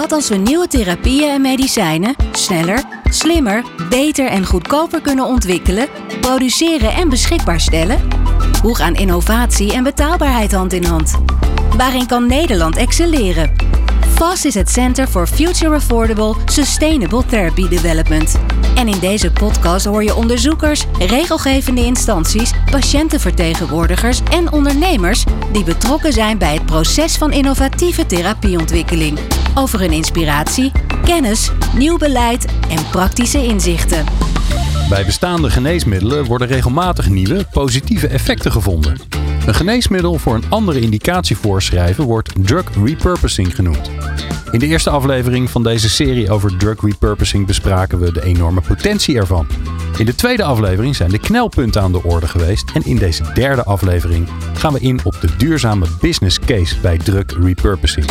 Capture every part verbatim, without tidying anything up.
Wat als we nieuwe therapieën en medicijnen sneller, slimmer, beter en goedkoper kunnen ontwikkelen, produceren en beschikbaar stellen? Hoe gaan innovatie en betaalbaarheid hand in hand? Waarin kan Nederland excelleren? FAST is het Center for Future Affordable Sustainable Therapy Development. En in deze podcast hoor je onderzoekers, regelgevende instanties, patiëntenvertegenwoordigers en ondernemers die betrokken zijn bij het proces van innovatieve therapieontwikkeling. Over hun inspiratie, kennis, nieuw beleid en praktische inzichten. Bij bestaande geneesmiddelen worden regelmatig nieuwe, positieve effecten gevonden. Een geneesmiddel voor een andere indicatie voorschrijven wordt drug repurposing genoemd. In de eerste aflevering van deze serie over drug repurposing bespraken we de enorme potentie ervan. In de tweede aflevering zijn de knelpunten aan de orde geweest en in deze derde aflevering gaan we in op de duurzame business case bij drug repurposing.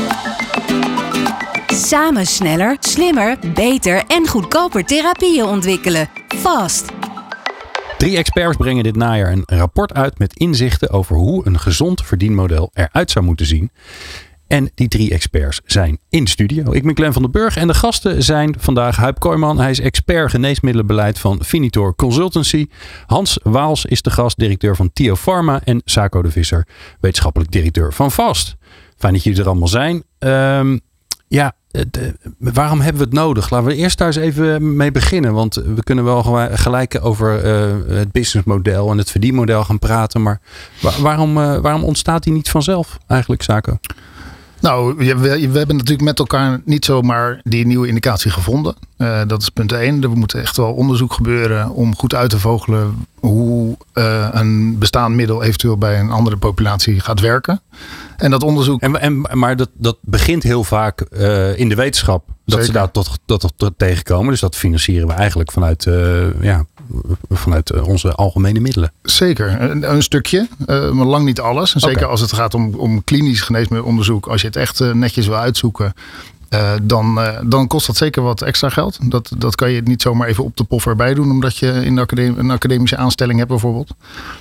Samen sneller, slimmer, beter en goedkoper therapieën ontwikkelen. FAST. Drie experts brengen dit najaar een rapport uit met inzichten over hoe een gezond verdienmodel eruit zou moeten zien. En die drie experts zijn in de studio. Ik ben Glenn van den Burg en de gasten zijn vandaag Huib Kooijman. Hij is expert geneesmiddelenbeleid van Finitor Consultancy. Hans Waals is de gast, directeur van Tio Pharma. En Sako de Visser, wetenschappelijk directeur van FAST. Fijn dat jullie er allemaal zijn. Um, ja, de, waarom hebben we het nodig? Laten we eerst daar eens even mee beginnen. Want we kunnen wel gelijk over uh, het businessmodel en het verdienmodel gaan praten. Maar waar, waarom, uh, waarom ontstaat die niet vanzelf eigenlijk, Sako? Nou, we, we hebben natuurlijk met elkaar niet zomaar die nieuwe indicatie gevonden. Uh, dat is punt één. Er moet echt wel onderzoek gebeuren om goed uit te vogelen hoe uh, een bestaand middel eventueel bij een andere populatie gaat werken. En dat onderzoek... En, en, maar dat, dat begint heel vaak uh, in de wetenschap. Dat Zeker. Ze daar tot, tot, tot, tot tegenkomen. Dus dat financieren we eigenlijk vanuit, uh, ja, vanuit onze algemene middelen. Zeker. Een, een stukje, uh, maar lang niet alles. En zeker okay. Als het gaat om, om klinisch geneesmiddelonderzoek. Als je het echt uh, netjes wil uitzoeken. Uh, dan, uh, dan kost dat zeker wat extra geld. Dat, dat kan je niet zomaar even op de pof erbij doen. Omdat je in de academie, een academische aanstelling hebt bijvoorbeeld.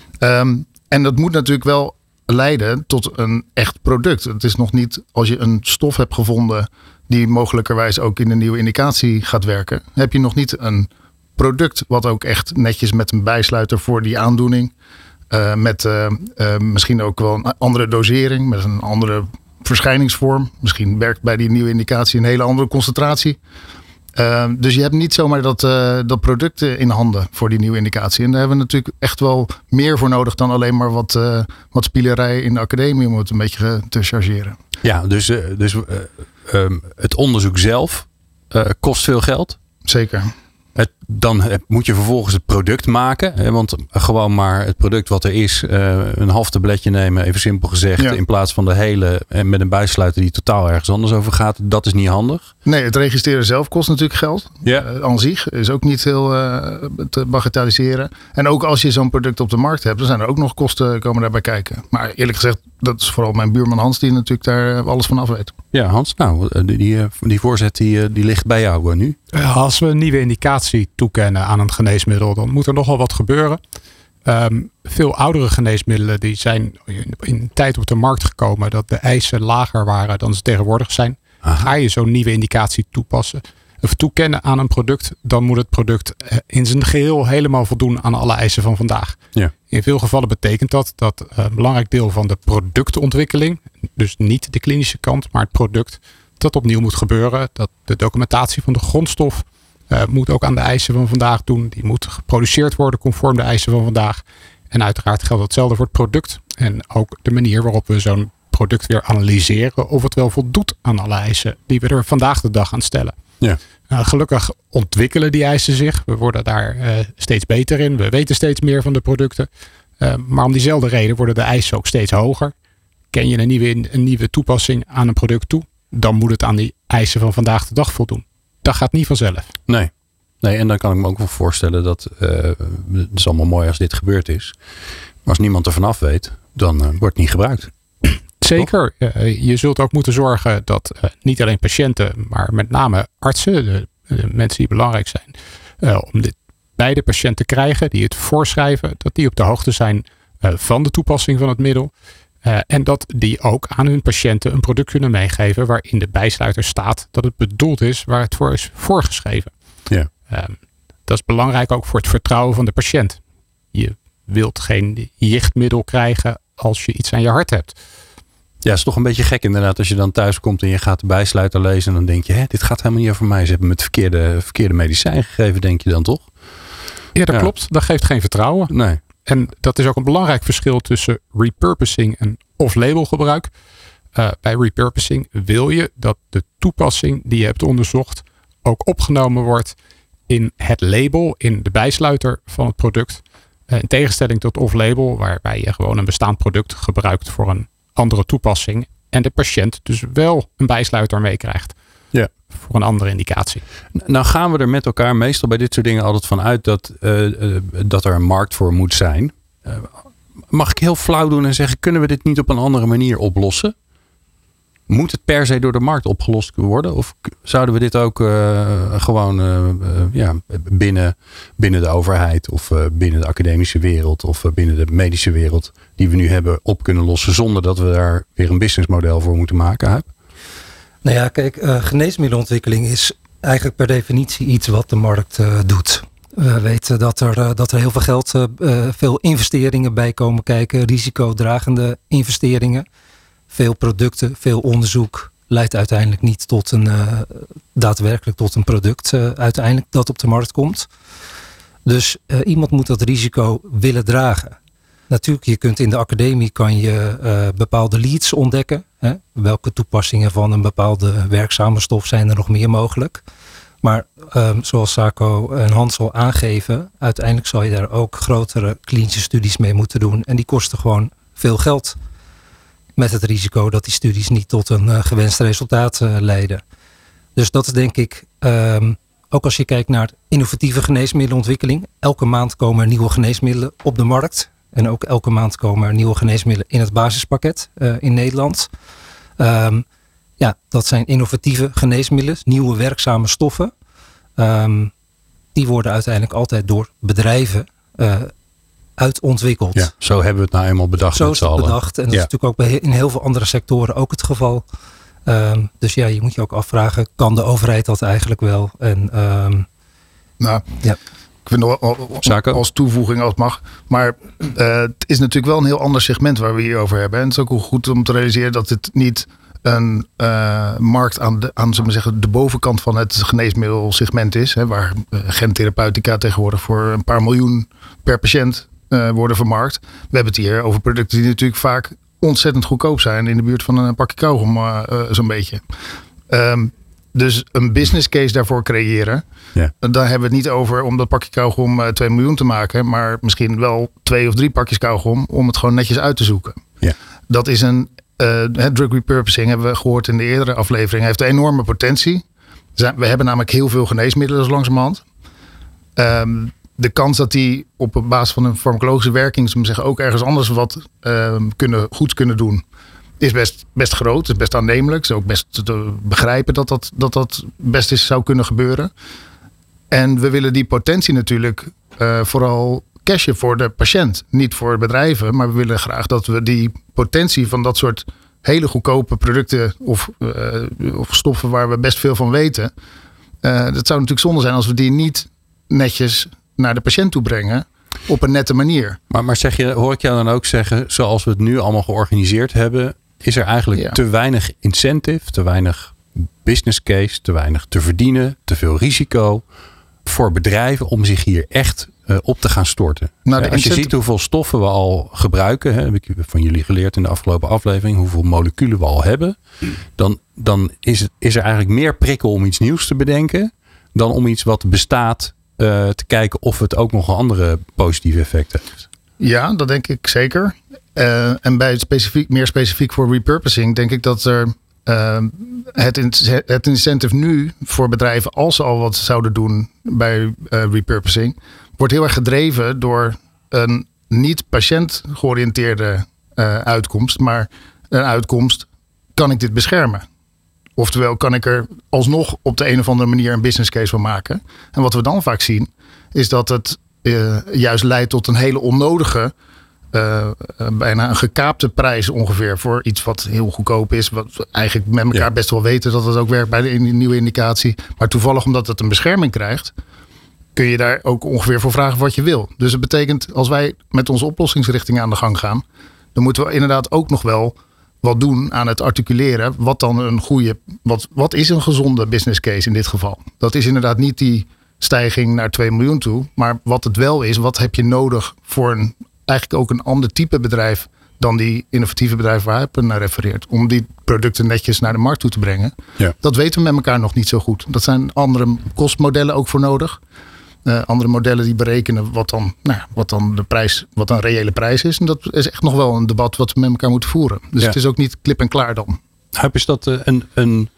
Um, en dat moet natuurlijk wel leiden tot een echt product. Het is nog niet als je een stof hebt gevonden die mogelijkerwijs ook in een nieuwe indicatie gaat werken. Heb je nog niet een product wat ook echt netjes met een bijsluiter voor die aandoening. Uh, met uh, uh, misschien ook wel een andere dosering. Met een andere verschijningsvorm. Misschien werkt bij die nieuwe indicatie een hele andere concentratie. Uh, dus je hebt niet zomaar dat, uh, dat product in handen voor die nieuwe indicatie. En daar hebben we natuurlijk echt wel meer voor nodig dan alleen maar wat, uh, wat spielerij in de academie om het een beetje te chargeren. Ja, dus, uh, dus uh, um, het onderzoek zelf uh, kost veel geld. Zeker. Het, dan moet je vervolgens het product maken. Hè, want gewoon maar het product wat er is, uh, een half tabletje nemen, even simpel gezegd. Ja. In plaats van de hele en met een bijsluiter die totaal ergens anders over gaat. Dat is niet handig. Nee, het registreren zelf kost natuurlijk geld. Ja. Uh, aan zich is ook niet heel uh, te bagatelliseren. En ook als je zo'n product op de markt hebt, dan zijn er ook nog kosten komen daarbij kijken. Maar eerlijk gezegd, dat is vooral mijn buurman Hans die natuurlijk daar alles van af weet. Ja, Hans, nou, die, die, die voorzet die, die ligt bij jou nu. Als we een nieuwe indicatie toekennen aan een geneesmiddel, dan moet er nogal wat gebeuren. Um, veel oudere geneesmiddelen die zijn in, in een tijd op de markt gekomen dat de eisen lager waren dan ze tegenwoordig zijn. Aha. Ga je zo'n nieuwe indicatie toepassen of toekennen aan een product, dan moet het product in zijn geheel helemaal voldoen aan alle eisen van vandaag. Ja. In veel gevallen betekent dat dat een belangrijk deel van de productontwikkeling, dus niet de klinische kant, maar het product, dat opnieuw moet gebeuren. Dat de documentatie van de grondstof uh, moet ook aan de eisen van vandaag doen. Die moet geproduceerd worden conform de eisen van vandaag. En uiteraard geldt hetzelfde voor het product. En ook de manier waarop we zo'n product weer analyseren of het wel voldoet aan alle eisen die we er vandaag de dag aan stellen. Ja. Uh, gelukkig ontwikkelen die eisen zich. We worden daar uh, steeds beter in. We weten steeds meer van de producten. Uh, maar om diezelfde reden worden de eisen ook steeds hoger. Ken je een nieuwe, een nieuwe toepassing aan een product toe, dan moet het aan die eisen van vandaag de dag voldoen. Dat gaat niet vanzelf. Nee. Nee, en dan kan ik me ook wel voorstellen dat uh, het is allemaal mooi als dit gebeurd is. Maar als niemand er vanaf weet, dan uh, wordt het niet gebruikt. Zeker. Uh, je zult ook moeten zorgen dat uh, niet alleen patiënten, maar met name artsen, de, de mensen die belangrijk zijn, uh, om dit bij de patiënt te krijgen, die het voorschrijven, dat die op de hoogte zijn uh, van de toepassing van het middel. Uh, en dat die ook aan hun patiënten een product kunnen meegeven waarin de bijsluiter staat dat het bedoeld is waar het voor is voorgeschreven. Ja. Uh, dat is belangrijk ook voor het vertrouwen van de patiënt. Je wilt geen jichtmiddel krijgen als je iets aan je hart hebt. Ja, het is toch een beetje gek inderdaad als je dan thuis komt en je gaat de bijsluiter lezen en dan denk je, hè, dit gaat helemaal niet over mij. Ze hebben me het verkeerde, verkeerde medicijn gegeven, denk je dan toch? Ja, dat ja. klopt. Dat geeft geen vertrouwen. Nee. En dat is ook een belangrijk verschil tussen repurposing en off-label gebruik. Uh, bij repurposing wil je dat de toepassing die je hebt onderzocht ook opgenomen wordt in het label, in de bijsluiter van het product. Uh, in tegenstelling tot off-label, waarbij je gewoon een bestaand product gebruikt voor een andere toepassing. En de patiënt dus wel een bijsluiter meekrijgt. Ja. Voor een andere indicatie. Nou gaan we er met elkaar meestal bij dit soort dingen altijd van uit dat, uh, uh, dat er een markt voor moet zijn. Uh, mag ik heel flauw doen en zeggen, kunnen we dit niet op een andere manier oplossen? Moet het per se door de markt opgelost worden? Of zouden we dit ook uh, gewoon uh, uh, ja, binnen, binnen de overheid of uh, binnen de academische wereld of uh, binnen de medische wereld die we nu hebben op kunnen lossen zonder dat we daar weer een businessmodel voor moeten maken? Huib? Nou ja, kijk, uh, geneesmiddelenontwikkeling is eigenlijk per definitie iets wat de markt uh, doet. We weten dat er, uh, dat er heel veel geld, uh, veel investeringen bij komen kijken, risicodragende investeringen. Veel producten, veel onderzoek leidt uiteindelijk niet tot een uh, daadwerkelijk tot een product uh, uiteindelijk dat op de markt komt. Dus uh, iemand moet dat risico willen dragen. Natuurlijk, je kunt in de academie kan je uh, bepaalde leads ontdekken. Hè? Welke toepassingen van een bepaalde werkzame stof zijn er nog meer mogelijk. Maar um, zoals Sako en Hans al aangeven, uiteindelijk zal je daar ook grotere klinische studies mee moeten doen. En die kosten gewoon veel geld. Met het risico dat die studies niet tot een uh, gewenst resultaat uh, leiden. Dus dat is denk ik, um, ook als je kijkt naar innovatieve geneesmiddelenontwikkeling. Elke maand komen er nieuwe geneesmiddelen op de markt. En ook elke maand komen er nieuwe geneesmiddelen in het basispakket uh, in Nederland. Um, ja, dat zijn innovatieve geneesmiddelen, nieuwe werkzame stoffen. Um, die worden uiteindelijk altijd door bedrijven uh, uitontwikkeld. Ja, zo hebben we het nou eenmaal bedacht. Zo is het bedacht. En dat ja. is natuurlijk ook bij, in heel veel andere sectoren ook het geval. Um, dus ja, je moet je ook afvragen, kan de overheid dat eigenlijk wel? En, um, nou, ja. Ik vind het als toevoeging als het mag. Maar uh, het is natuurlijk wel een heel ander segment waar we hier over hebben. En het is ook goed om te realiseren dat het niet een uh, markt aan, de, aan zullen we zeggen, de bovenkant van het geneesmiddelsegment is. Hè, waar uh, gentherapeutica tegenwoordig voor een paar miljoen per patiënt uh, worden vermarkt. We hebben het hier over producten die natuurlijk vaak ontzettend goedkoop zijn. In de buurt van een pakje kauwgom uh, uh, zo'n beetje. Um, Dus een business case daarvoor creëren. Ja. Daar hebben we het niet over om dat pakje kauwgom uh, twee miljoen te maken. Maar misschien wel twee of drie pakjes kauwgom om het gewoon netjes uit te zoeken. Ja. Dat is een uh, drug repurposing, hebben we gehoord in de eerdere aflevering. Heeft een enorme potentie. We hebben namelijk heel veel geneesmiddelen zo langzamerhand. Um, de kans dat die op basis van een farmacologische werking, zullen we zeggen, ook ergens anders wat uh, kunnen, goed kunnen doen, is best, best groot, is best aannemelijk. Het is ook best te begrijpen dat dat, dat dat best is, zou kunnen gebeuren. En we willen die potentie natuurlijk uh, vooral cashen voor de patiënt. Niet voor bedrijven, maar we willen graag dat we die potentie van dat soort hele goedkope producten of, uh, of stoffen waar we best veel van weten. Uh, dat zou natuurlijk zonde zijn als we die niet netjes naar de patiënt toe brengen. Op een nette manier. Maar, maar zeg je, hoor ik jou dan ook zeggen, zoals we het nu allemaal georganiseerd hebben, is er eigenlijk ja. te weinig incentive, te weinig business case, te weinig te verdienen, te veel risico voor bedrijven om zich hier echt uh, op te gaan storten. Nou, ja, als je ziet hoeveel stoffen we al gebruiken, hè, heb ik van jullie geleerd in de afgelopen aflevering, hoeveel moleculen we al hebben, dan, dan is, het, is er eigenlijk meer prikkel om iets nieuws te bedenken dan om iets wat bestaat uh, te kijken of het ook nog een andere positieve effecten heeft. Ja, dat denk ik zeker. Uh, en bij het specifiek, meer specifiek voor repurposing denk ik dat er uh, het, in, het incentive nu voor bedrijven, als ze al wat zouden doen bij uh, repurposing, wordt heel erg gedreven door een niet patiënt georiënteerde uh, uitkomst, maar een uitkomst, kan ik dit beschermen? Oftewel, kan ik er alsnog op de een of andere manier een business case van maken? En wat we dan vaak zien, is dat het uh, juist leidt tot een hele onnodige uh, uh, bijna een gekaapte prijs ongeveer voor iets wat heel goedkoop is. Wat we eigenlijk met elkaar ja. best wel weten dat het ook werkt bij de nieuwe indicatie. Maar toevallig omdat het een bescherming krijgt, kun je daar ook ongeveer voor vragen wat je wil. Dus het betekent, als wij met onze oplossingsrichting aan de gang gaan, dan moeten we inderdaad ook nog wel wat doen aan het articuleren. Wat dan een goede, wat, wat is een gezonde business case in dit geval? Dat is inderdaad niet die stijging naar twee miljoen toe. Maar wat het wel is, wat heb je nodig voor een, eigenlijk ook een ander type bedrijf dan die innovatieve bedrijven waar Hypen naar refereert. Om die producten netjes naar de markt toe te brengen. Ja. Dat weten we met elkaar nog niet zo goed. Dat zijn andere kostmodellen ook voor nodig. Uh, andere modellen die berekenen wat dan, nou, wat dan de prijs, wat een reële prijs is. En dat is echt nog wel een debat wat we met elkaar moeten voeren. Dus ja. het is ook niet klip en klaar dan. Huip, is dat uh, een, een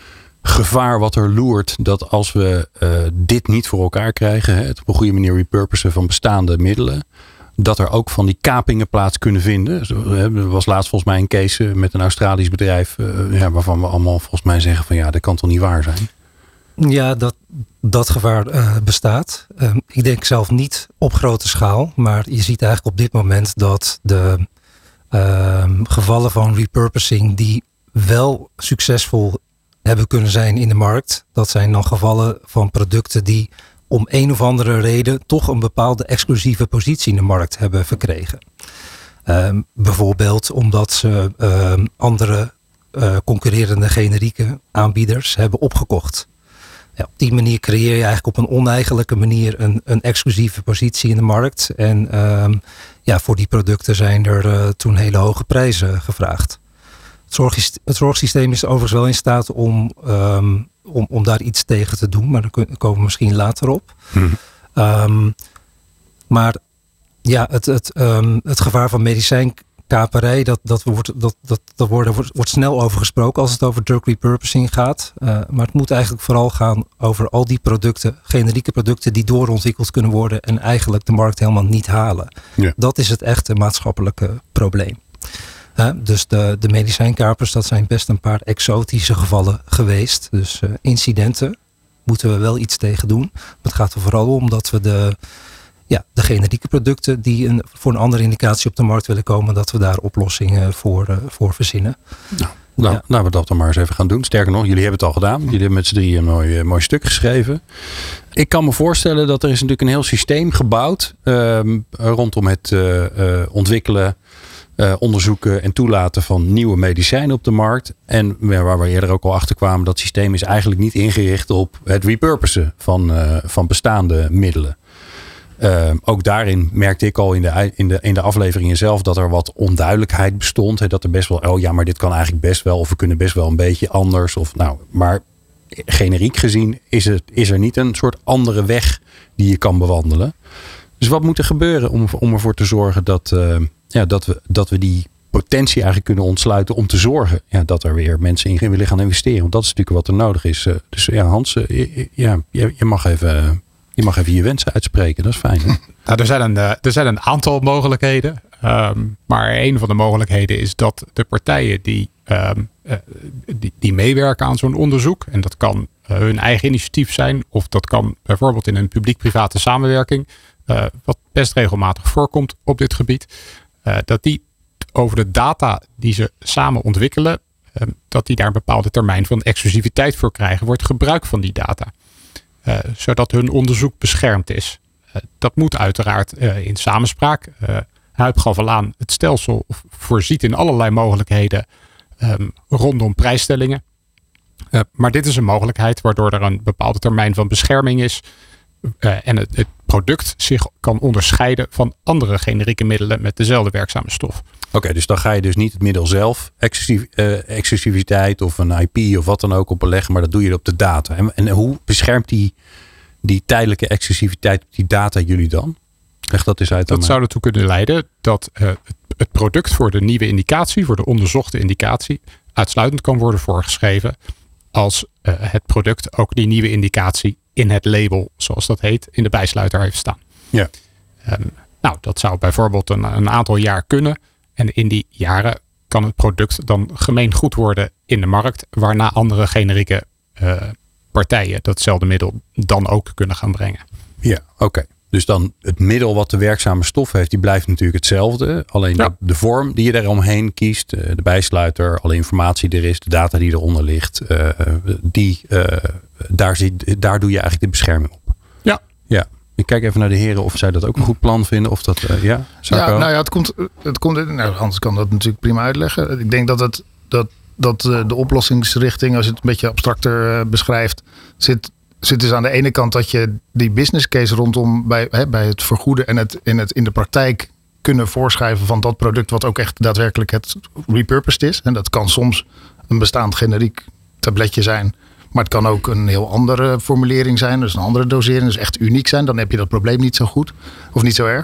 gevaar wat er loert dat als we uh, dit niet voor elkaar krijgen, hè, het op een goede manier repurposen van bestaande middelen, dat er ook van die kapingen plaats kunnen vinden. Er was laatst volgens mij een case met een Australisch bedrijf, uh, ja, waarvan we allemaal volgens mij zeggen van ja, dat kan toch niet waar zijn? Ja, dat, dat gevaar uh, bestaat. Uh, ik denk zelf niet op grote schaal. Maar je ziet eigenlijk op dit moment dat de uh, gevallen van repurposing die wel succesvol hebben kunnen zijn in de markt. Dat zijn dan gevallen van producten die om een of andere reden toch een bepaalde exclusieve positie in de markt hebben verkregen. Uh, bijvoorbeeld omdat ze uh, andere uh, concurrerende generieke aanbieders hebben opgekocht. Ja, op die manier creëer je eigenlijk op een oneigenlijke manier een, een exclusieve positie in de markt. En um, ja, voor die producten zijn er uh, toen hele hoge prijzen gevraagd. Het, zorg, het zorgsysteem is overigens wel in staat om, um, om, om daar iets tegen te doen. Maar daar komen we misschien later op. Hmm. Um, maar ja, het, het, um, het gevaar van medicijnkaperij, dat, dat, wordt, dat, dat, dat wordt, wordt, wordt snel over gesproken als het over drug repurposing gaat. Uh, maar het moet eigenlijk vooral gaan over al die producten, generieke producten die doorontwikkeld kunnen worden en eigenlijk de markt helemaal niet halen. Ja. Dat is het echte maatschappelijke probleem. Uh, dus de, de medicijnkapers, dat zijn best een paar exotische gevallen geweest. Dus uh, incidenten moeten we wel iets tegen doen. Maar het gaat er vooral om dat we de Ja, de generieke producten die een, voor een andere indicatie op de markt willen komen, dat we daar oplossingen voor, uh, voor verzinnen. Nou, nou ja. Laten we dat dan maar eens even gaan doen. Sterker nog, jullie hebben het al gedaan. Jullie hebben met z'n drieën een mooi, mooi stuk geschreven. Ik kan me voorstellen dat er is natuurlijk een heel systeem gebouwd uh, rondom het uh, uh, ontwikkelen, uh, onderzoeken en toelaten van nieuwe medicijnen op de markt. En waar we eerder ook al achter kwamen, dat systeem is eigenlijk niet ingericht op het repurposen van, uh, van bestaande middelen. Uh, ook daarin merkte ik al in de, in, de, in de afleveringen zelf dat er wat onduidelijkheid bestond. Hè, dat er best wel, oh ja, maar dit kan eigenlijk best wel. Of we kunnen best wel een beetje anders. Of, nou, maar generiek gezien is, het, is er niet een soort andere weg die je kan bewandelen. Dus wat moet er gebeuren om, om ervoor te zorgen dat, uh, ja, dat, we, dat we die potentie eigenlijk kunnen ontsluiten. Om te zorgen ja, dat er weer mensen in willen gaan investeren. Want dat is natuurlijk wat er nodig is. Uh, dus ja, Hans, uh, ja, je, je mag even... Uh, Je mag even je wensen uitspreken, dat is fijn. Hè? Nou, er, zijn een, er zijn een aantal mogelijkheden. Um, maar een van de mogelijkheden is dat de partijen die, um, uh, die, die meewerken aan zo'n onderzoek. En dat kan uh, hun eigen initiatief zijn. Of dat kan bijvoorbeeld in een publiek-private samenwerking. Uh, wat best regelmatig voorkomt op dit gebied. Uh, dat die over de data die ze samen ontwikkelen. Uh, dat die daar een bepaalde termijn van exclusiviteit voor krijgen. Wordt gebruik van die data. Uh, zodat hun onderzoek beschermd is. Uh, dat moet uiteraard uh, in samenspraak. Uh, Huip gaf al aan, het stelsel voorziet in allerlei mogelijkheden um, rondom prijsstellingen. Uh, maar dit is een mogelijkheid waardoor er een bepaalde termijn van bescherming is. Uh, en het, het product zich kan onderscheiden van andere generieke middelen met dezelfde werkzame stof. Oké, okay, dus dan ga je dus niet het middel zelf, exclusief, uh, exclusiviteit of een I P of wat dan ook opleggen, maar dat doe je op de data. En, en hoe beschermt die, die tijdelijke exclusiviteit op die data jullie dan? Leg dat eens uit. Dat zou ertoe kunnen leiden dat uh, het, het product voor de nieuwe indicatie, voor de onderzochte indicatie, uitsluitend kan worden voorgeschreven als uh, het product ook die nieuwe indicatie in het label, zoals dat heet, in de bijsluiter heeft staan. Ja. Um, nou, dat zou bijvoorbeeld een, een aantal jaar kunnen. En in die jaren kan het product dan gemeengoed worden in de markt, waarna andere generieke uh, partijen datzelfde middel dan ook kunnen gaan brengen. Ja, oké. Okay. Dus dan het middel wat de werkzame stof heeft, die blijft natuurlijk hetzelfde. Alleen ja. de, de vorm die je eromheen kiest, uh, de bijsluiter, alle informatie er is, de data die eronder ligt, uh, die, uh, daar, zit, daar doe je eigenlijk de bescherming op. Ja. Ja. Ik kijk even naar de heren of zij dat ook een goed plan vinden. Of dat, uh, ja, ja, nou ja, het komt, het komt, nou, Hans kan dat natuurlijk prima uitleggen. Ik denk dat het, dat, dat de oplossingsrichting, als je het een beetje abstracter uh, beschrijft, zit, zit dus aan de ene kant dat je die business case rondom bij, hè, bij het vergoeden en het in, het in de praktijk kunnen voorschrijven van dat product wat ook echt daadwerkelijk het repurposed is. En dat kan soms een bestaand generiek tabletje zijn. Maar het kan ook een heel andere formulering zijn. Dus een andere dosering. Dus echt uniek zijn. Dan heb je dat probleem niet zo goed. Of niet zo erg.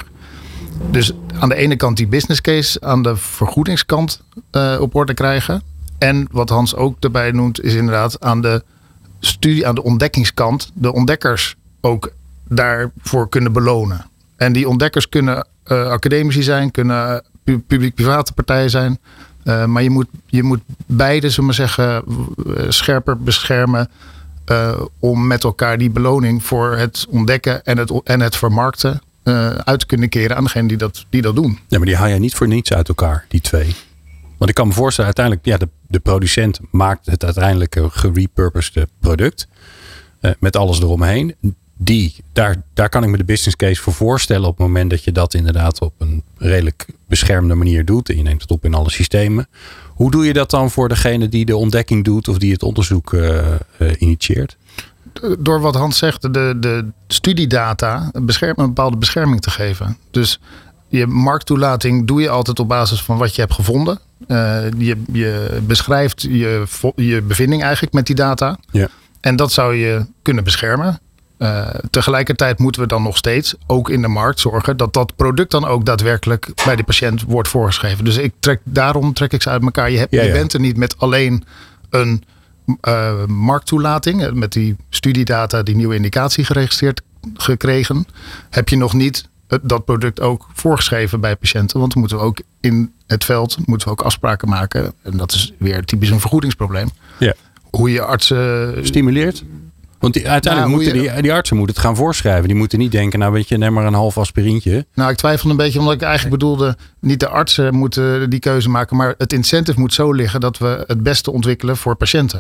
Dus aan de ene kant die business case aan de vergoedingskant uh, op orde krijgen. En wat Hans ook erbij noemt is inderdaad aan de studie, aan de ontdekkingskant. De ontdekkers ook daarvoor kunnen belonen. En die ontdekkers kunnen uh, academici zijn. Kunnen pu- publiek-private partijen zijn. Uh, maar je moet, je moet beide, zullen we zeggen, uh, scherper beschermen uh, om met elkaar die beloning voor het ontdekken en het, en het vermarkten uh, uit te kunnen keren aan degene die dat, die dat doen. Ja, maar die haal je niet voor niets uit elkaar, die twee. Want ik kan me voorstellen, uiteindelijk, ja, de, de producent maakt het uiteindelijke gerepurposed product uh, met alles eromheen. Die, daar, daar kan ik me de business case voor voorstellen op het moment dat je dat inderdaad op een redelijk beschermde manier doet. En je neemt het op in alle systemen. Hoe doe je dat dan voor degene die de ontdekking doet of die het onderzoek uh, uh, initieert? Door wat Hans zegt, de, de studiedata bescherm, een bepaalde bescherming te geven. Dus je markttoelating doe je altijd op basis van wat je hebt gevonden. Uh, je, je beschrijft je, je bevinding eigenlijk met die data. Ja. En dat zou je kunnen beschermen. Uh, tegelijkertijd moeten we dan nog steeds ook in de markt zorgen dat dat product dan ook daadwerkelijk bij de patiënt wordt voorgeschreven. Dus ik trek, daarom trek ik ze uit elkaar. Je, hebt, ja, ja. je bent er niet met alleen een uh, markttoelating, met die studiedata, die nieuwe indicatie geregistreerd gekregen. Heb je nog niet dat product ook voorgeschreven bij patiënten. Want dan moeten we ook in het veld moeten we ook afspraken maken. En dat is weer typisch een vergoedingsprobleem. Ja. Hoe je artsen stimuleert. Want die, uiteindelijk nou, moeten je, die, die artsen moeten het gaan voorschrijven. Die moeten niet denken, nou weet je, neem maar een half aspirintje. Nou, ik twijfel een beetje, omdat ik eigenlijk bedoelde, niet de artsen moeten die keuze maken, maar het incentive moet zo liggen dat we het beste ontwikkelen voor patiënten.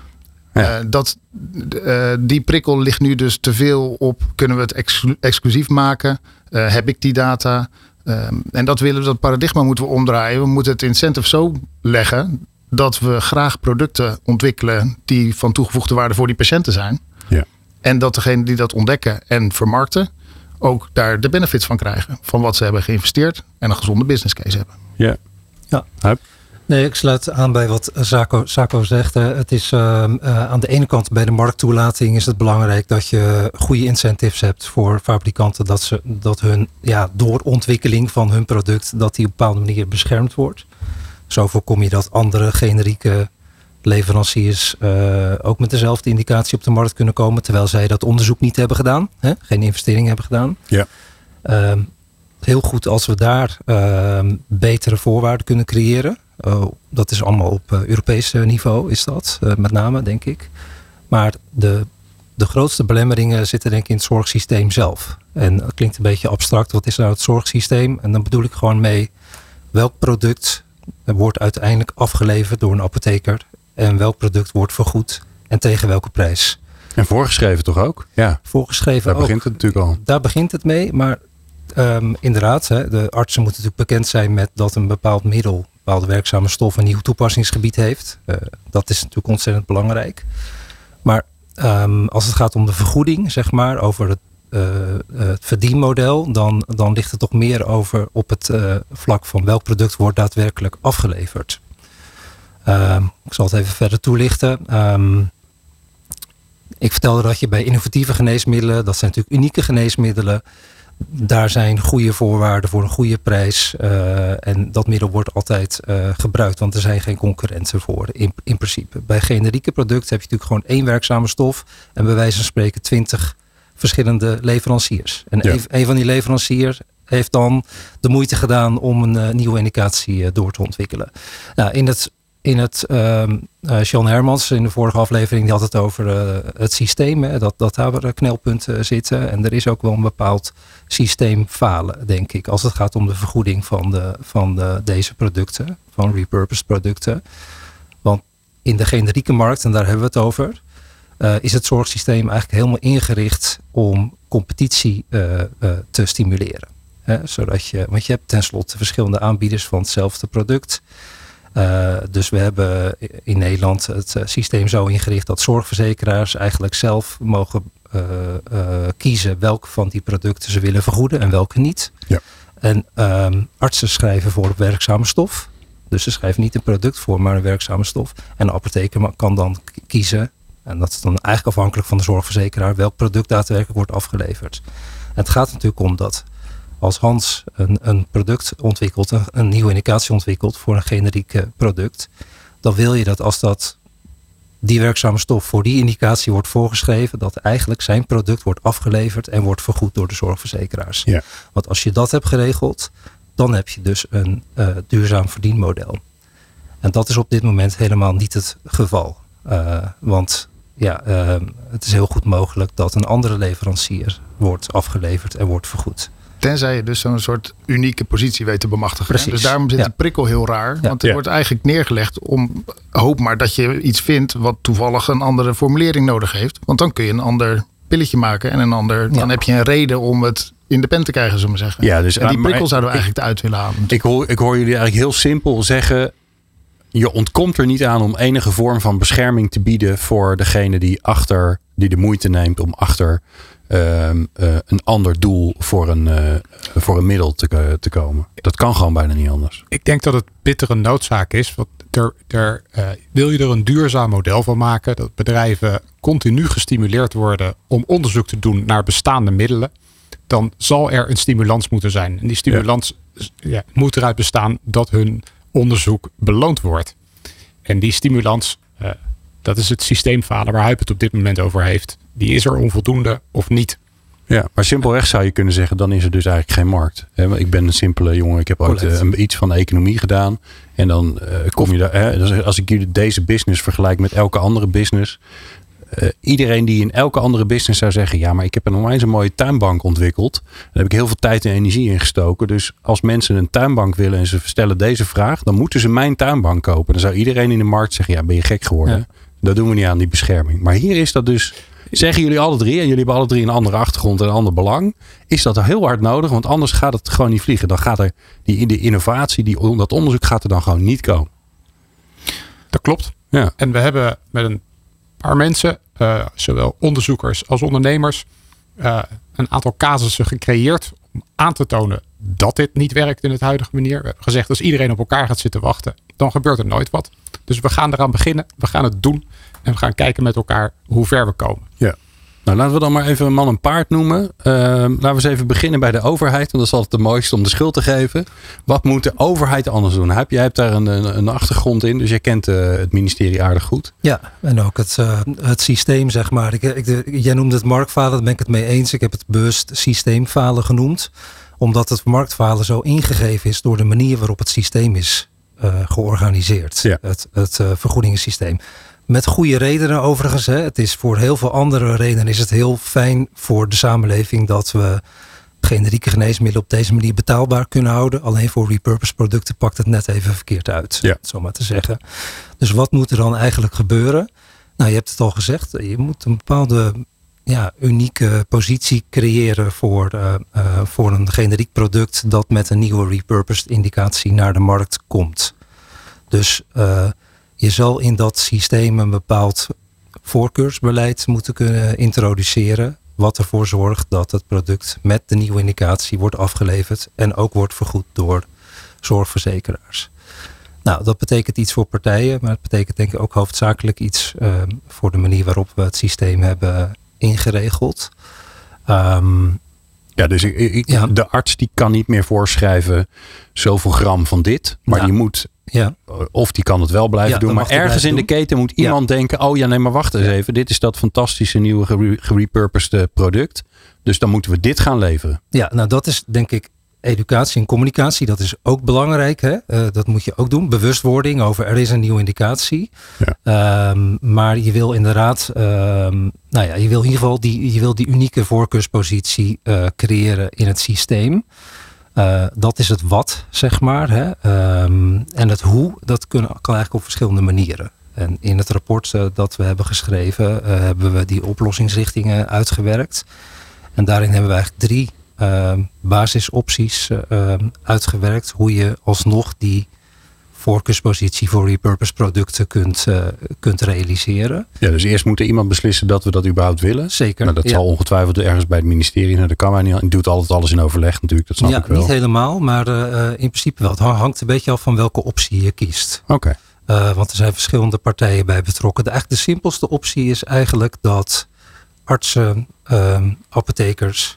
Ja. Uh, dat, uh, die prikkel ligt nu dus te veel op, kunnen we het exclu- exclusief maken? Uh, heb ik die data? Uh, en dat willen we, dat paradigma moeten we omdraaien. We moeten het incentive zo leggen dat we graag producten ontwikkelen die van toegevoegde waarde voor die patiënten zijn. Ja. En dat degenen die dat ontdekken en vermarkten ook daar de benefits van krijgen. Van wat ze hebben geïnvesteerd en een gezonde business case hebben. Ja. Ja. Huip. Nee, ik sluit aan bij wat Zaco, Zaco zegt. Het is uh, uh, aan de ene kant bij de markttoelating is het belangrijk dat je goede incentives hebt voor fabrikanten. Dat, ze, dat hun ja, doorontwikkeling van hun product, dat die op een bepaalde manier beschermd wordt. Zo voorkom je dat andere generieke leveranciers uh, ook met dezelfde indicatie op de markt kunnen komen. Terwijl zij dat onderzoek niet hebben gedaan. Hè? Geen investering hebben gedaan. Ja. Uh, heel goed als we daar uh, betere voorwaarden kunnen creëren. Uh, dat is allemaal op uh, Europees niveau is dat. Uh, met name denk ik. Maar de, de grootste belemmeringen zitten denk ik in het zorgsysteem zelf. En dat klinkt een beetje abstract. Wat is nou het zorgsysteem? En dan bedoel ik gewoon mee welk product wordt uiteindelijk afgeleverd door een apotheker. En welk product wordt vergoed en tegen welke prijs. En voorgeschreven toch ook? Ja. Voorgeschreven Daar ook. begint het natuurlijk al. Daar begint het mee. Maar um, inderdaad, hè, de artsen moeten natuurlijk bekend zijn met dat een bepaald middel, een bepaalde werkzame stof een nieuw toepassingsgebied heeft. Uh, dat is natuurlijk ontzettend belangrijk. Maar um, als het gaat om de vergoeding, zeg maar, over het, uh, het verdienmodel, dan, dan ligt het toch meer over op het uh, vlak van welk product wordt daadwerkelijk afgeleverd. Um, ik zal het even verder toelichten. Um, ik vertelde dat je bij innovatieve geneesmiddelen, dat zijn natuurlijk unieke geneesmiddelen, daar zijn goede voorwaarden voor een goede prijs. Uh, en dat middel wordt altijd uh, gebruikt, want er zijn geen concurrenten voor in, in principe. Bij generieke producten heb je natuurlijk gewoon één werkzame stof en bij wijze van spreken twintig verschillende leveranciers. En ja. een, een van die leveranciers heeft dan de moeite gedaan om een uh, nieuwe indicatie uh, door te ontwikkelen. Nou, in het in het, uh, uh, Sean Hermans in de vorige aflevering, die had het over uh, het systeem. Hè, dat, dat daar er knelpunten zitten. En er is ook wel een bepaald systeem falen, denk ik. Als het gaat om de vergoeding van, de, van de, deze producten. Van repurposed producten. Want in de generieke markt, en daar hebben we het over. Uh, is het zorgsysteem eigenlijk helemaal ingericht om competitie uh, uh, te stimuleren. Hè, zodat je, want je hebt tenslotte verschillende aanbieders van hetzelfde product. Uh, dus we hebben in Nederland het uh, systeem zo ingericht dat zorgverzekeraars eigenlijk zelf mogen uh, uh, kiezen welke van die producten ze willen vergoeden en welke niet. Ja. En um, artsen schrijven voor op werkzame stof. Dus ze schrijven niet een product voor, maar een werkzame stof. En de apotheker kan dan kiezen, en dat is dan eigenlijk afhankelijk van de zorgverzekeraar, welk product daadwerkelijk wordt afgeleverd. En het gaat natuurlijk om dat als Hans een, een product ontwikkelt, een, een nieuwe indicatie ontwikkelt voor een generiek product, dan wil je dat als dat die werkzame stof voor die indicatie wordt voorgeschreven, dat eigenlijk zijn product wordt afgeleverd en wordt vergoed door de zorgverzekeraars. Ja. Want als je dat hebt geregeld, dan heb je dus een uh, duurzaam verdienmodel. En dat is op dit moment helemaal niet het geval. Uh, want ja, uh, het is heel goed mogelijk dat een andere leverancier wordt afgeleverd en wordt vergoed. Tenzij je dus zo'n soort unieke positie weet te bemachtigen. Precies. Dus daarom zit ja. de prikkel heel raar. Ja. Want er Ja. wordt eigenlijk neergelegd om, hoop maar dat je iets vindt wat toevallig een andere formulering nodig heeft. Want dan kun je een ander pilletje maken en een ander. Ja. Dan heb je een reden om het in de pen te krijgen, zullen we maar zeggen. Ja, dus, en die maar- prikkel zouden we eigenlijk eruit willen halen. Ik hoor, ik hoor jullie eigenlijk heel simpel zeggen, je ontkomt er niet aan om enige vorm van bescherming te bieden voor degene die achter, die de moeite neemt om achter uh, uh, een ander doel voor een, uh, voor een middel te, uh, te komen. Dat kan gewoon bijna niet anders. Ik denk dat het bittere noodzaak is. Want er, er, uh, wil je er een duurzaam model van maken, dat bedrijven continu gestimuleerd worden om onderzoek te doen naar bestaande middelen, dan zal er een stimulans moeten zijn. En die stimulans ja. Ja, moet eruit bestaan dat hun onderzoek beloond wordt. En die stimulans, uh, dat is het systeemfalen waar Huip het op dit moment over heeft. Die is er onvoldoende of niet. Ja, maar simpelweg zou je kunnen zeggen, dan is er dus eigenlijk geen markt. Ik ben een simpele jongen, ik heb ooit uh, iets van economie gedaan. En dan uh, kom je daar, hè, als ik jullie deze business vergelijk met elke andere business. Uh, iedereen die in elke andere business zou zeggen, ja, maar ik heb een onwijs een mooie tuinbank ontwikkeld. Daar heb ik heel veel tijd en energie in gestoken. Dus als mensen een tuinbank willen en ze stellen deze vraag, dan moeten ze mijn tuinbank kopen. Dan zou iedereen in de markt zeggen, ja, ben je gek geworden? Ja. Dat doen we niet aan, die bescherming. Maar hier is dat dus, zeggen jullie alle drie, en jullie hebben alle drie een andere achtergrond en een ander belang, is dat er heel hard nodig, want anders gaat het gewoon niet vliegen. Dan gaat er die, die innovatie, die, dat onderzoek gaat er dan gewoon niet komen. Dat klopt. Ja. En we hebben met een paar mensen, uh, zowel onderzoekers als ondernemers, uh, een aantal casussen gecreëerd om aan te tonen dat dit niet werkt in het huidige manier. We hebben gezegd, als iedereen op elkaar gaat zitten wachten, dan gebeurt er nooit wat. Dus we gaan eraan beginnen, we gaan het doen en we gaan kijken met elkaar hoe ver we komen. Ja. Nou, laten we dan maar even een man en paard noemen. Uh, laten we eens even beginnen bij de overheid. Want dat is altijd het mooiste om de schuld te geven. Wat moet de overheid anders doen? Heb, jij hebt daar een, een, een achtergrond in. Dus jij kent uh, het ministerie aardig goed. Ja, en ook het, uh, het systeem, zeg maar. Ik, ik, de, jij noemde het marktfalen, daar ben ik het mee eens. Ik heb het bewust systeemfalen genoemd. Omdat het marktfalen zo ingegeven is door de manier waarop het systeem is uh, georganiseerd. Ja. Het, het uh, vergoedingssysteem. Met goede redenen overigens. Hè. Het is voor heel veel andere redenen is het heel fijn voor de samenleving dat we generieke geneesmiddelen op deze manier betaalbaar kunnen houden. Alleen voor repurposed producten pakt het net even verkeerd uit. Ja. Zo maar te zeggen. Dus wat moet er dan eigenlijk gebeuren? Nou, je hebt het al gezegd. Je moet een bepaalde ja, unieke positie creëren voor, uh, uh, voor een generiek product dat met een nieuwe repurposed indicatie naar de markt komt. Dus uh, je zal in dat systeem een bepaald voorkeursbeleid moeten kunnen introduceren. Wat ervoor zorgt dat het product met de nieuwe indicatie wordt afgeleverd. En ook wordt vergoed door zorgverzekeraars. Nou, dat betekent iets voor partijen. Maar het betekent denk ik ook hoofdzakelijk iets uh, voor de manier waarop we het systeem hebben ingeregeld. Um, Ja, dus ik, ik, ja. de arts die kan niet meer voorschrijven zoveel gram van dit. Maar Ja. die moet, ja. of die kan het wel blijven Ja, doen. dan Maar mag die ergens in blijven de keten moet iemand denken, oh ja, nee, maar wacht eens Ja. even. Dit is dat fantastische nieuwe gere- gerepurposed product. Dus dan moeten we dit gaan leveren. Ja, nou dat is denk ik educatie en communicatie, dat is ook belangrijk. Hè? Uh, dat moet je ook doen. Bewustwording over er is een nieuwe indicatie. Ja. Um, maar je wil inderdaad, um, nou ja, je wil in ieder geval die, je wil die unieke voorkeurspositie uh, creëren in het systeem. Uh, dat is het wat, zeg maar. Hè? Um, en het hoe, dat kan, kan eigenlijk op verschillende manieren. En in het rapport uh, dat we hebben geschreven, uh, hebben we die oplossingsrichtingen uitgewerkt. En daarin hebben we eigenlijk drie uh, basisopties uh, uitgewerkt. Hoe je alsnog die voorkeurspositie voor repurpose producten kunt, uh, kunt realiseren. Ja, dus eerst moet er iemand beslissen dat we dat überhaupt willen. Zeker. Nou, dat ja. zal ongetwijfeld ergens bij het ministerie. Nou, dat kan wij niet. Je doet altijd alles in overleg natuurlijk. Dat snap ja, ik wel. Niet helemaal, maar uh, in principe wel. Het hangt een beetje af van welke optie je kiest. Oké. Okay. Uh, want er zijn verschillende partijen bij betrokken. De, eigenlijk de simpelste optie is eigenlijk dat artsen, uh, apothekers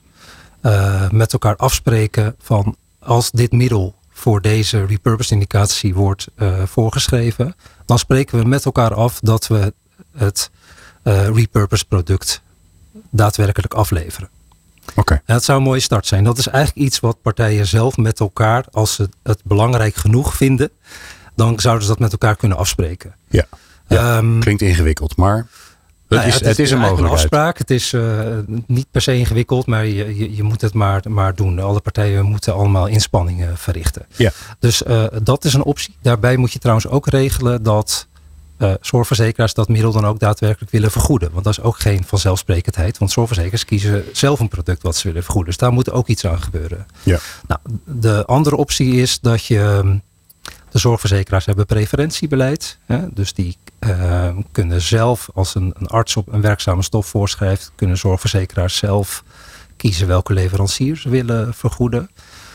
uh, met elkaar afspreken van als dit middel voor deze repurpose indicatie wordt uh, voorgeschreven, dan spreken we met elkaar af dat we het uh, repurpose product daadwerkelijk afleveren. Okay. En dat zou een mooie start zijn. Dat is eigenlijk iets wat partijen zelf met elkaar, als ze het belangrijk genoeg vinden, dan zouden ze dat met elkaar kunnen afspreken. Ja, ja um, klinkt ingewikkeld, maar het, nou ja, is, het, is, het is een mogelijkheid. Een afspraak. Het is uh, niet per se ingewikkeld, maar je, je, je moet het maar, maar doen. Alle partijen moeten allemaal inspanningen verrichten. Ja. Dus uh, dat is een optie. Daarbij moet je trouwens ook regelen dat uh, zorgverzekeraars dat middel dan ook daadwerkelijk willen vergoeden. Want dat is ook geen vanzelfsprekendheid. Want zorgverzekeraars kiezen zelf een product wat ze willen vergoeden. Dus daar moet ook iets aan gebeuren. Ja. Nou, de andere optie is dat je... De zorgverzekeraars hebben preferentiebeleid. Hè? Dus die uh, kunnen zelf, als een, een arts op een werkzame stof voorschrijft, kunnen zorgverzekeraars zelf kiezen welke leveranciers ze willen vergoeden.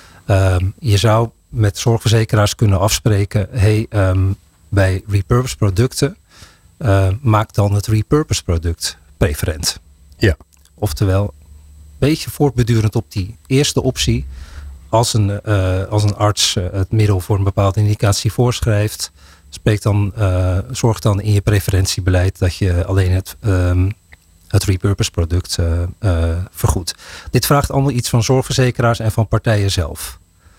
Um, je zou met zorgverzekeraars kunnen afspreken, hey, um, bij repurpose producten, uh, maak dan het repurpose product preferent. Ja. Oftewel, een beetje voortbedurend op die eerste optie. Als een, uh, als een arts uh, het middel voor een bepaalde indicatie voorschrijft, spreekt dan, uh, zorg dan in je preferentiebeleid dat je alleen het, um, het repurpose product uh, uh, vergoedt. Dit vraagt allemaal iets van zorgverzekeraars en van partijen zelf.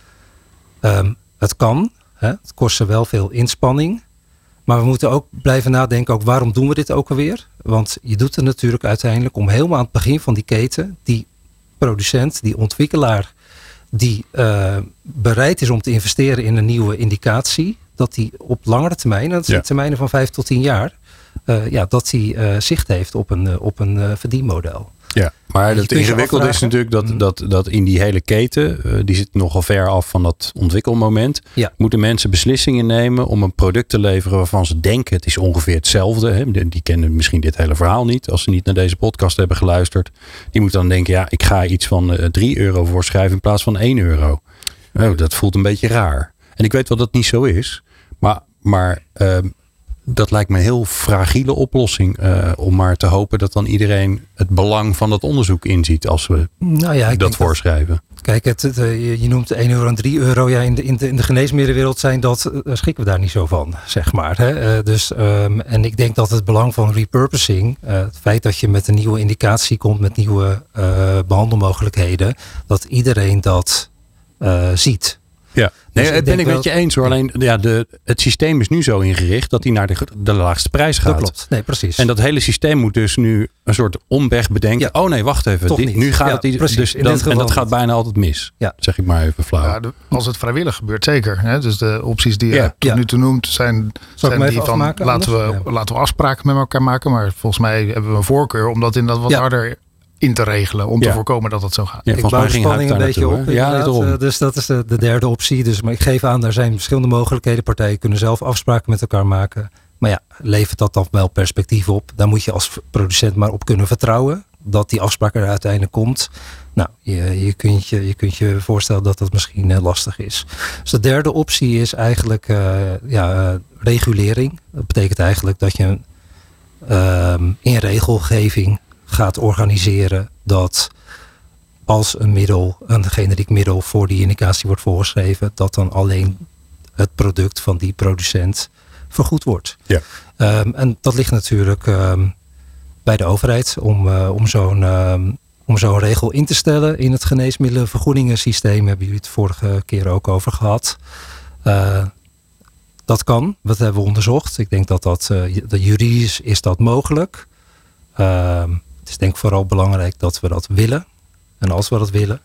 Um, het kan, hè, het kost ze wel veel inspanning, maar we moeten ook blijven nadenken, ook waarom doen we dit ook alweer? Want je doet het natuurlijk uiteindelijk om helemaal aan het begin van die keten, die producent, die ontwikkelaar, die uh, bereid is om te investeren in een nieuwe indicatie, dat die op langere termijn, dat zijn ja. termijnen van vijf tot tien jaar, uh, ja, dat die uh, zicht heeft op een, uh, op een uh, verdienmodel. Ja, maar het ingewikkelde is natuurlijk dat, dat, dat in die hele keten, uh, die zit nogal ver af van dat ontwikkelmoment, ja. moeten mensen beslissingen nemen om een product te leveren waarvan ze denken het is ongeveer hetzelfde. Hè? Die kennen misschien dit hele verhaal niet, als ze niet naar deze podcast hebben geluisterd. Die moeten dan denken, ja, ik ga iets van uh, drie euro voorschrijven in plaats van één euro. Oh, dat voelt een beetje raar. En ik weet wel dat het niet zo is, maar, maar uh, dat lijkt me een heel fragiele oplossing. Uh, om maar te hopen dat dan iedereen het belang van dat onderzoek inziet als we nou ja, ik dat voorschrijven. Dat, kijk, het, het, je, je noemt één euro en drie euro. Ja, in, de, in, de, in de geneesmiddelenwereld zijn dat, daar schrikken we daar niet zo van, zeg maar. Hè? Uh, dus, um, en ik denk dat het belang van repurposing, uh, het feit dat je met een nieuwe indicatie komt, met nieuwe uh, behandelmogelijkheden, dat iedereen dat uh, ziet. Ja, nee, dus dat ben ik wel, met je eens hoor. Alleen ja, de, het systeem is nu zo ingericht dat hij naar de, de laagste prijs gaat. Dat klopt, nee precies. En dat hele systeem moet dus nu een soort omweg bedenken. Ja. Oh nee, wacht even. Dit, nu gaat ja, het precies, dus dan, en dat gaat bijna altijd mis. Ja. Zeg ik maar even flauw. Ja, de, als het vrijwillig gebeurt, zeker. Hè? Dus de opties die je ja. tot ja. nu toe noemt zijn, zijn die van laten we, ja. laten we afspraken met elkaar maken. Maar volgens mij hebben we een voorkeur om dat in dat wat ja. harder in te regelen. Om ja. te voorkomen dat het zo gaat. Ja, ik bouw de spanning een beetje naartoe, op. Ja, uh, dus dat is de, de derde optie. Dus, maar ik geef aan, er zijn verschillende mogelijkheden. Partijen kunnen zelf afspraken met elkaar maken. Maar ja, levert dat dan wel perspectief op? Daar moet je als producent maar op kunnen vertrouwen. Dat die afspraak er uiteindelijk komt. Nou, je, je, kunt, je, je kunt je voorstellen dat dat misschien uh, lastig is. Dus de derde optie is eigenlijk uh, ja, uh, regulering. Dat betekent eigenlijk dat je uh, in regelgeving gaat organiseren dat als een middel, een generiek middel voor die indicatie wordt voorgeschreven, dat dan alleen het product van die producent vergoed wordt. Ja. Um, en dat ligt natuurlijk um, bij de overheid om, uh, om zo'n um, om zo'n regel in te stellen in het geneesmiddelenvergoedingensysteem. Hebben jullie het vorige keer ook over gehad. Uh, dat kan, dat hebben we onderzocht. Ik denk dat dat, uh, dat juridisch is dat mogelijk. Uh, het is denk ik vooral belangrijk dat we dat willen. En als we dat willen,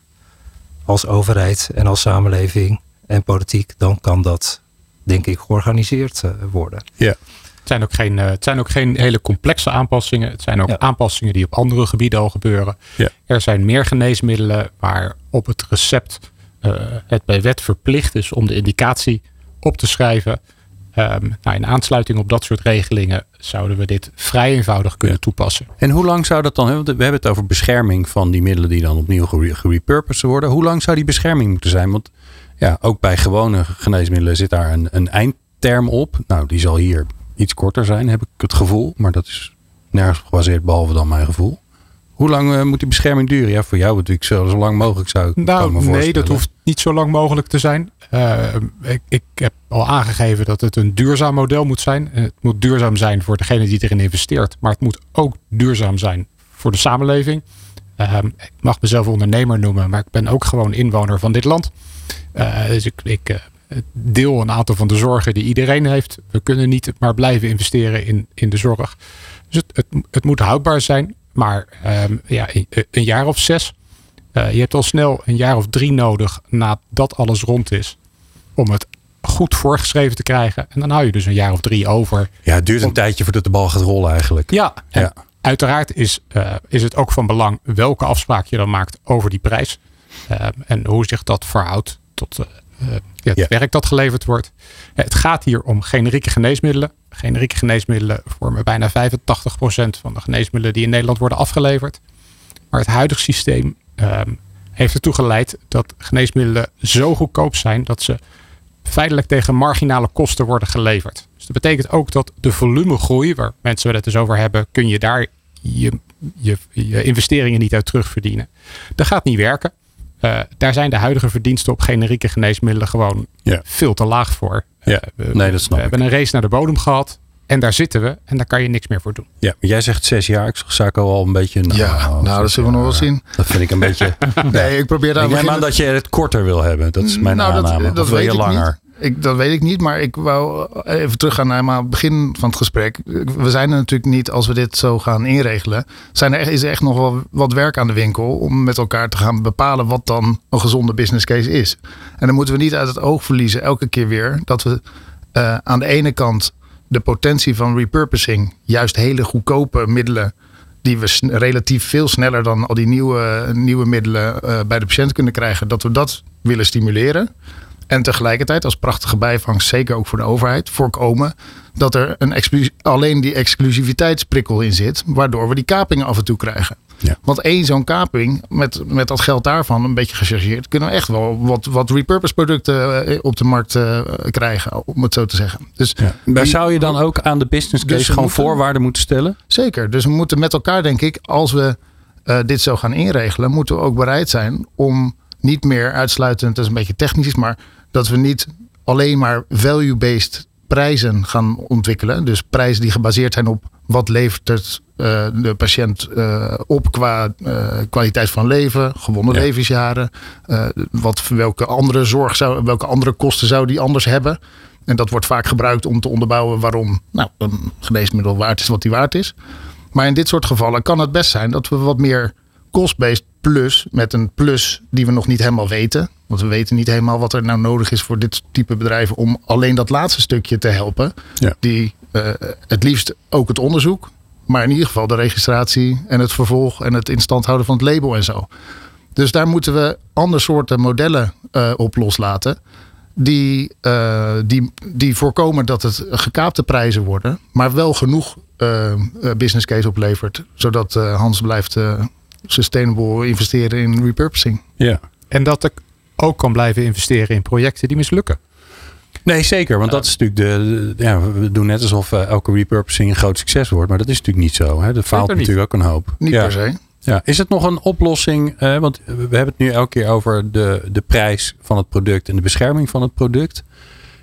als overheid en als samenleving en politiek, dan kan dat, denk ik, georganiseerd uh, worden. Ja. Het zijn, ook geen, uh, het zijn ook geen hele complexe aanpassingen. Het zijn ook ja. aanpassingen die op andere gebieden al gebeuren. Ja. Er zijn meer geneesmiddelen waar op het recept uh, het bij wet verplicht is om de indicatie op te schrijven. Um, nou, in aansluiting op dat soort regelingen zouden we dit vrij eenvoudig kunnen ja. toepassen. En hoe lang zou dat dan, want we hebben het over bescherming van die middelen die dan opnieuw gerepurposed worden. Hoe lang zou die bescherming moeten zijn? Want ja, ook bij gewone geneesmiddelen zit daar een, een eindterm op. Nou, die zal hier iets korter zijn, heb ik het gevoel. Maar dat is nergens gebaseerd, behalve dan mijn gevoel. Hoe lang uh, moet die bescherming duren? Ja, voor jou natuurlijk zo, zo lang mogelijk zou ik nou, me voorstellen. Nee, dat hoeft niet zo lang mogelijk te zijn. Uh, ik, ik heb al aangegeven dat het een duurzaam model moet zijn. Het moet duurzaam zijn voor degene die erin investeert. Maar het moet ook duurzaam zijn voor de samenleving. Uh, ik mag mezelf ondernemer noemen, maar ik ben ook gewoon inwoner van dit land. Uh, dus ik, ik uh, deel een aantal van de zorgen die iedereen heeft. We kunnen niet maar blijven investeren in, in de zorg. Dus het, het, het moet houdbaar zijn. Maar um, ja, een jaar of zes. Uh, je hebt al snel een jaar of drie nodig nadat alles rond is. Om het goed voorgeschreven te krijgen. En dan hou je dus een jaar of drie over. Ja, het duurt een om... tijdje voordat de bal gaat rollen eigenlijk. Ja, ja. Uiteraard is, uh, is het ook van belang welke afspraak je dan maakt over die prijs. Uh, en hoe zich dat verhoudt tot uh, ja, het ja. werk dat geleverd wordt. Uh, het gaat hier om generieke geneesmiddelen. Generieke geneesmiddelen vormen bijna vijfentachtig procent van de geneesmiddelen die in Nederland worden afgeleverd. Maar het huidige systeem uh, heeft ertoe geleid dat geneesmiddelen zo goedkoop zijn dat ze feitelijk tegen marginale kosten worden geleverd. Dus dat betekent ook dat de volumegroei, waar mensen het dus over hebben, kun je daar je, je, je investeringen niet uit terugverdienen. Dat gaat niet werken. Uh, daar zijn de huidige verdiensten op generieke geneesmiddelen gewoon ja. veel te laag voor. Ja. Uh, nee, dat snap we ik. hebben een race naar de bodem gehad. En daar zitten we. En daar kan je niks meer voor doen. Ja, maar jij zegt zes jaar. Ik zag Zaco al een beetje... Nou, ja, nou, nou dat zullen we nog wel zien. Dat vind ik een beetje... nee, ik probeer daar... Ik neem aan dat je het korter wil hebben. Dat is mijn nou, aanname. Dat, dat of wil je weet langer? Ik niet. Ik, dat weet ik niet, maar ik wou even teruggaan naar het begin van het gesprek. We zijn er natuurlijk niet, als we dit zo gaan inregelen, zijn er echt, is er echt nog wel wat werk aan de winkel om met elkaar te gaan bepalen wat dan een gezonde business case is. En dan moeten we niet uit het oog verliezen, elke keer weer, dat we uh, aan de ene kant de potentie van repurposing, juist hele goedkope middelen, die we sn- relatief veel sneller dan al die nieuwe, nieuwe middelen uh, bij de patiënt kunnen krijgen, dat we dat willen stimuleren. En tegelijkertijd als prachtige bijvangst, zeker ook voor de overheid, voorkomen dat er een exclu- alleen die exclusiviteitsprikkel in zit, waardoor we die kapingen af en toe krijgen. Ja. Want één zo'n kaping, met, met dat geld daarvan een beetje gechargeerd, kunnen we echt wel wat, wat repurpose producten op de markt uh, krijgen, om het zo te zeggen. Dus ja. Maar die, zou je dan ook aan de business case dus gewoon moeten, voorwaarden moeten stellen? Zeker. Dus we moeten met elkaar, denk ik, als we uh, dit zo gaan inregelen, moeten we ook bereid zijn om niet meer uitsluitend, dat is een beetje technisch, maar dat we niet alleen maar value-based prijzen gaan ontwikkelen. Dus prijzen die gebaseerd zijn op wat levert het uh, de patiënt uh, op qua uh, kwaliteit van leven, gewonnen ja. levensjaren. Uh, wat, welke andere zorg zou, welke andere kosten zou die anders hebben. En dat wordt vaak gebruikt om te onderbouwen waarom nou, een geneesmiddel waard is wat die waard is. Maar in dit soort gevallen kan het best zijn dat we wat meer cost-based plus, met een plus die we nog niet helemaal weten. Want we weten niet helemaal wat er nou nodig is voor dit type bedrijven om alleen dat laatste stukje te helpen. Ja. Die uh, het liefst ook het onderzoek, maar in ieder geval de registratie en het vervolg en het in stand houden van het label en zo. Dus daar moeten we andere soorten modellen uh, op loslaten. Die, uh, die, die voorkomen dat het gekaapte prijzen worden, maar wel genoeg uh, business case oplevert, zodat uh, Hans blijft uh, sustainable investeren in repurposing. Ja. En dat ik ook kan blijven investeren in projecten die mislukken. Nee, zeker. Want dat is natuurlijk de, de... Ja, we doen net alsof uh, elke repurposing een groot succes wordt. Maar dat is natuurlijk niet zo. Hè? Dat faalt natuurlijk ook een hoop. Niet ja. per se. Ja. Is het nog een oplossing? Uh, want we hebben het nu elke keer over de, de prijs van het product en de bescherming van het product.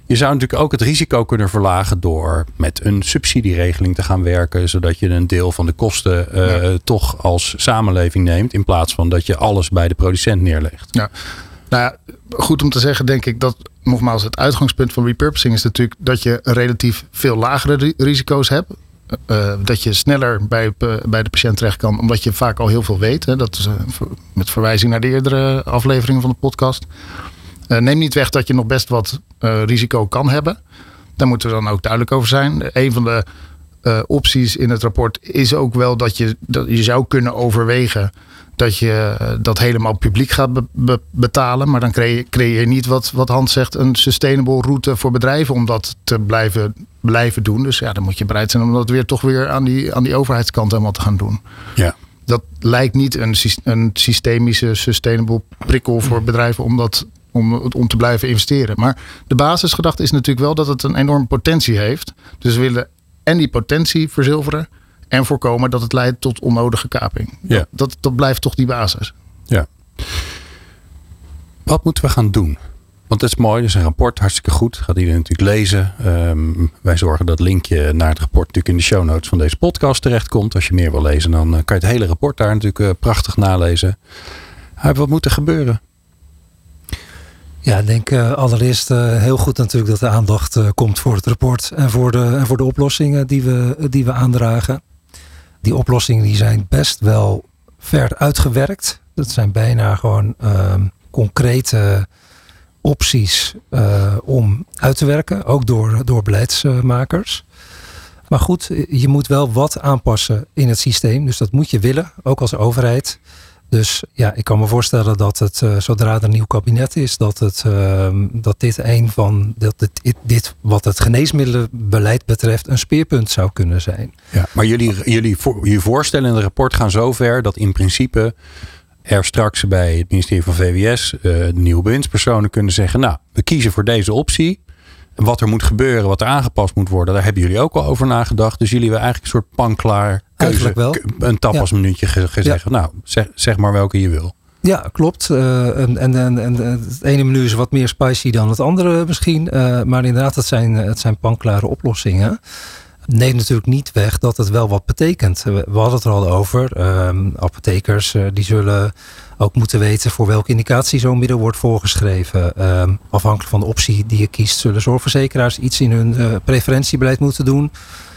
Je zou natuurlijk ook het risico kunnen verlagen door met een subsidieregeling te gaan werken. Zodat je een deel van de kosten uh, ja. toch als samenleving neemt. In plaats van dat je alles bij de producent neerlegt. Ja. Nou ja, goed om te zeggen denk ik dat nogmaals het uitgangspunt van repurposing is natuurlijk dat je relatief veel lagere risico's hebt. Uh, dat je sneller bij, uh, bij de patiënt terecht kan, omdat je vaak al heel veel weet. Hè. Dat is uh, met verwijzing naar de eerdere afleveringen van de podcast. Uh, neem niet weg dat je nog best wat uh, risico kan hebben. Daar moeten we dan ook duidelijk over zijn. Een van de uh, opties in het rapport is ook wel dat je, dat je zou kunnen overwegen dat je uh, dat helemaal publiek gaat be- be- betalen. Maar dan creëer, creëer je niet wat, wat Hans zegt, een sustainable route voor bedrijven om dat te blijven, blijven doen. Dus ja, dan moet je bereid zijn om dat weer toch weer aan die, aan die overheidskant helemaal te gaan doen. Ja. Dat lijkt niet een, een systemische sustainable prikkel voor bedrijven om dat Om, om te blijven investeren. Maar de basisgedachte is natuurlijk wel dat het een enorme potentie heeft. Dus we willen en die potentie verzilveren en voorkomen dat het leidt tot onnodige kaping. Ja. Dat, dat, dat blijft toch die basis. Ja. Wat moeten we gaan doen? Want het is mooi, dat is een rapport, hartstikke goed. Gaat iedereen natuurlijk lezen. Um, wij zorgen dat het linkje naar het rapport natuurlijk in de show notes van deze podcast terechtkomt. Als je meer wil lezen, dan kan je het hele rapport daar natuurlijk uh, prachtig nalezen. Uh, wat moet er gebeuren? Ja, ik denk uh, allereerst uh, heel goed natuurlijk dat de aandacht uh, komt voor het rapport en voor de, en voor de oplossingen die we, die we aandragen. Die oplossingen die zijn best wel ver uitgewerkt. Dat zijn bijna gewoon uh, concrete opties uh, om uit te werken, ook door, door beleidsmakers. Maar goed, je moet wel wat aanpassen in het systeem. Dus dat moet je willen, ook als overheid. Dus ja, ik kan me voorstellen dat het, uh, zodra er een nieuw kabinet is, dat, het, uh, dat dit een van, dat het, dit wat het geneesmiddelenbeleid betreft, een speerpunt zou kunnen zijn. Ja, maar jullie, jullie voor, je voorstellen in het rapport gaan zover dat in principe er straks bij het ministerie van V W S uh, de nieuwe bewindspersonen kunnen zeggen, nou, we kiezen voor deze optie. Wat er moet gebeuren, wat er aangepast moet worden, daar hebben jullie ook al over nagedacht. Dus jullie hebben eigenlijk een soort panklaar keuze, wel. een tapasminuutje ja. gezegd. Ja. Nou, zeg, zeg maar welke je wil. Ja, klopt. Uh, en, en, en, en het ene menu is wat meer spicy dan het andere misschien. Uh, maar inderdaad, het zijn, het zijn panklare oplossingen. Neemt natuurlijk niet weg dat het wel wat betekent. We hadden het er al over. Um, apothekers uh, die zullen ook moeten weten voor welke indicatie zo'n middel wordt voorgeschreven. Um, afhankelijk van de optie die je kiest, zullen zorgverzekeraars iets in hun uh, preferentiebeleid moeten doen.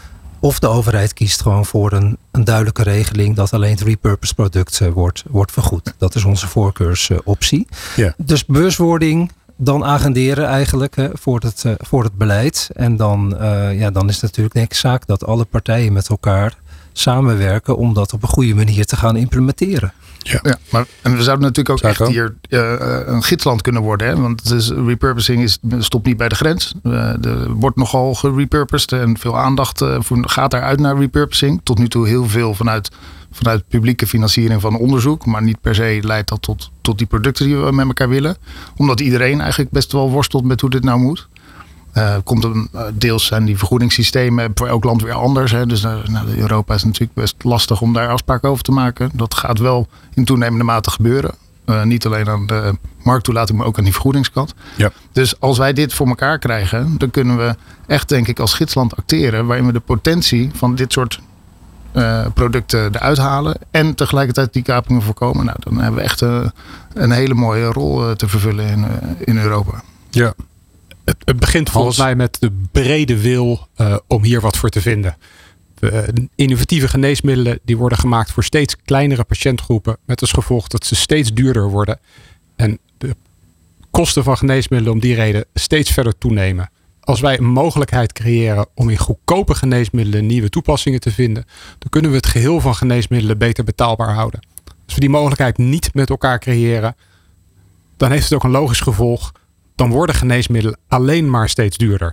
Of de overheid kiest gewoon voor een, een duidelijke regeling dat alleen het repurpose product uh, wordt, wordt vergoed. Dat is onze voorkeursoptie. Uh, yeah. Dus bewustwording, dan agenderen eigenlijk hè, voor, het, uh, voor het beleid. En dan, uh, ja, dan is het natuurlijk denk ik zaak dat alle partijen met elkaar samenwerken om dat op een goede manier te gaan implementeren. Ja, ja maar en we zouden natuurlijk ook Zaken. echt hier uh, een gidsland kunnen worden. Hè? Want het is, repurposing is, stopt niet bij de grens. Uh, er wordt nogal gerepurposed en veel aandacht uh, voor, gaat daaruit naar repurposing. Tot nu toe heel veel vanuit, vanuit publieke financiering van onderzoek. Maar niet per se leidt dat tot, tot die producten die we met elkaar willen. Omdat iedereen eigenlijk best wel worstelt met hoe dit nou moet. Uh, komt een, uh, deels zijn die vergoedingssystemen voor elk land weer anders. Hè. Dus uh, nou, Europa is natuurlijk best lastig om daar afspraken over te maken. Dat gaat wel in toenemende mate gebeuren. Uh, niet alleen aan de markttoelating, maar ook aan die vergoedingskant. Ja. Dus als wij dit voor elkaar krijgen, dan kunnen we echt denk ik als gidsland acteren. Waarin we de potentie van dit soort uh, producten eruit halen. En tegelijkertijd die kapingen voorkomen. Nou, dan hebben we echt uh, een hele mooie rol uh, te vervullen in, uh, in Europa. Ja. Het, het begint volgens mij met de brede wil uh, om hier wat voor te vinden. Uh, innovatieve geneesmiddelen die worden gemaakt voor steeds kleinere patiëntgroepen. Met als gevolg dat ze steeds duurder worden. En de kosten van geneesmiddelen om die reden steeds verder toenemen. Als wij een mogelijkheid creëren om in goedkope geneesmiddelen nieuwe toepassingen te vinden. Dan kunnen we het geheel van geneesmiddelen beter betaalbaar houden. Als we die mogelijkheid niet met elkaar creëren. Dan heeft het ook een logisch gevolg. Dan worden geneesmiddelen alleen maar steeds duurder.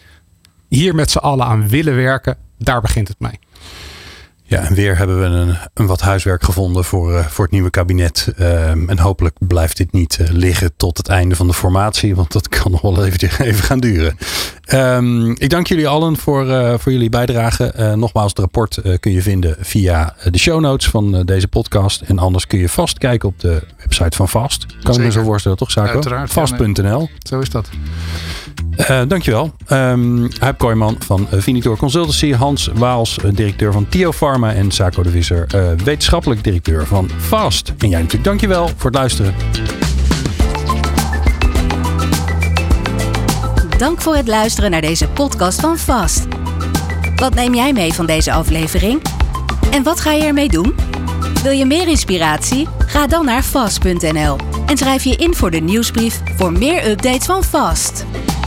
Hier met z'n allen aan willen werken, daar begint het mee. Ja, en weer hebben we een, een wat huiswerk gevonden voor, uh, voor het nieuwe kabinet. Uh, en hopelijk blijft dit niet uh, liggen tot het einde van de formatie. Want dat kan nog wel even, even gaan duren. Um, ik dank jullie allen voor, uh, voor jullie bijdrage. Uh, nogmaals, het rapport uh, kun je vinden via de show notes van uh, deze podcast. En anders kun je vast kijken op de website van Vast. Kan ik me zo voorstellen, toch Zaco? Uiteraard. Vast punt n l. Zo is dat. Uh, dankjewel. Um, Huib Kooijman van uh, Vinitor Consultancy. Hans Waals, uh, directeur van Tio Pharma. En Sako de Visser, uh, wetenschappelijk directeur van Fast. En jij natuurlijk dankjewel voor het luisteren. Dank voor het luisteren naar deze podcast van Fast. Wat neem jij mee van deze aflevering? En wat ga je ermee doen? Wil je meer inspiratie? Ga dan naar fast punt n l en schrijf je in voor de nieuwsbrief voor meer updates van Fast.